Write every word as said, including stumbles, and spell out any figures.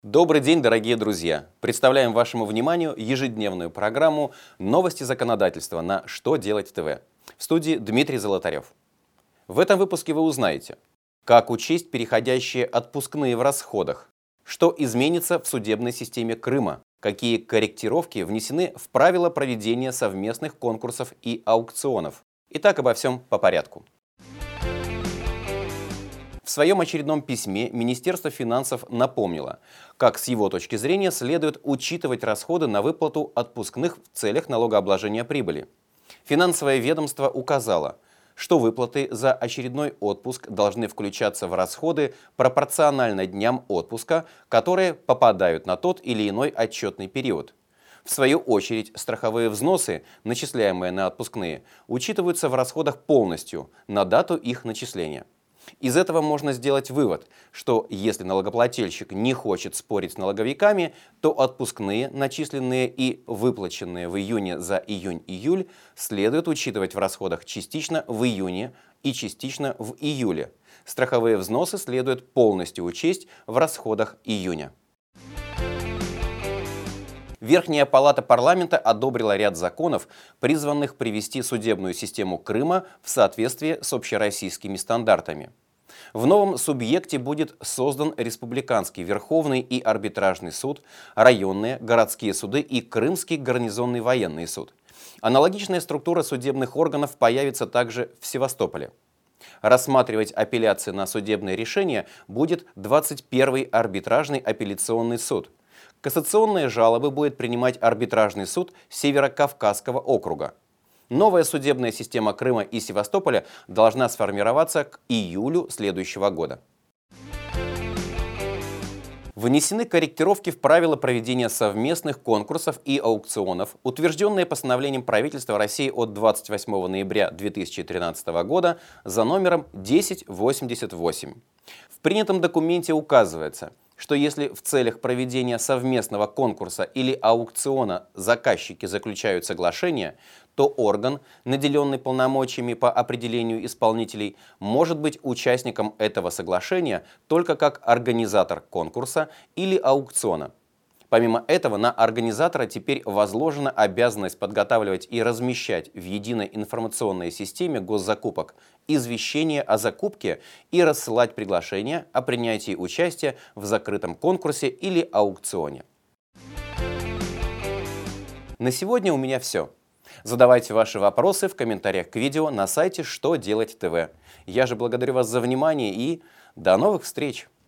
Добрый день, дорогие друзья! Представляем вашему вниманию ежедневную программу «Новости законодательства» на «Что делать ТВ». В студии Дмитрий Золотарев. В этом выпуске вы узнаете, как учесть переходящие отпускные в расходах, что изменится в судебной системе Крыма, какие корректировки внесены в правила проведения совместных конкурсов и аукционов. Итак, обо всем по порядку. В своем очередном письме Министерство финансов напомнило, как с его точки зрения следует учитывать расходы на выплату отпускных в целях налогообложения прибыли. Финансовое ведомство указало, что выплаты за очередной отпуск должны включаться в расходы пропорционально дням отпуска, которые попадают на тот или иной отчетный период. В свою очередь, страховые взносы, начисляемые на отпускные, учитываются в расходах полностью на дату их начисления. Из этого можно сделать вывод, что если налогоплательщик не хочет спорить с налоговиками, то отпускные, начисленные и выплаченные в июне за июнь-июль, следует учитывать в расходах частично в июне и частично в июле. Страховые взносы следует полностью учесть в расходах июня. Верхняя палата парламента одобрила ряд законов, призванных привести судебную систему Крыма в соответствие с общероссийскими стандартами. В новом субъекте будет создан Республиканский Верховный и Арбитражный суд, районные, городские суды и Крымский гарнизонный военный суд. Аналогичная структура судебных органов появится также в Севастополе. Рассматривать апелляции на судебные решения будет двадцать первый арбитражный апелляционный суд. Кассационные жалобы будет принимать арбитражный суд Северо-Кавказского округа. Новая судебная система Крыма и Севастополя должна сформироваться к июлю следующего года. Внесены корректировки в правила проведения совместных конкурсов и аукционов, утвержденные постановлением правительства России от двадцать восьмого ноября две тысячи тринадцатого года за номером тысяча восемьдесят восемь. В принятом документе указывается, что если в целях проведения совместного конкурса или аукциона заказчики заключают соглашение, то орган, наделенный полномочиями по определению исполнителей, может быть участником этого соглашения только как организатор конкурса или аукциона. Помимо этого, на организатора теперь возложена обязанность подготавливать и размещать в единой информационной системе госзакупок извещение о закупке и рассылать приглашения о принятии участия в закрытом конкурсе или аукционе. На сегодня у меня все. Задавайте ваши вопросы в комментариях к видео на сайте «Что делать ТВ». Я же благодарю вас за внимание и до новых встреч!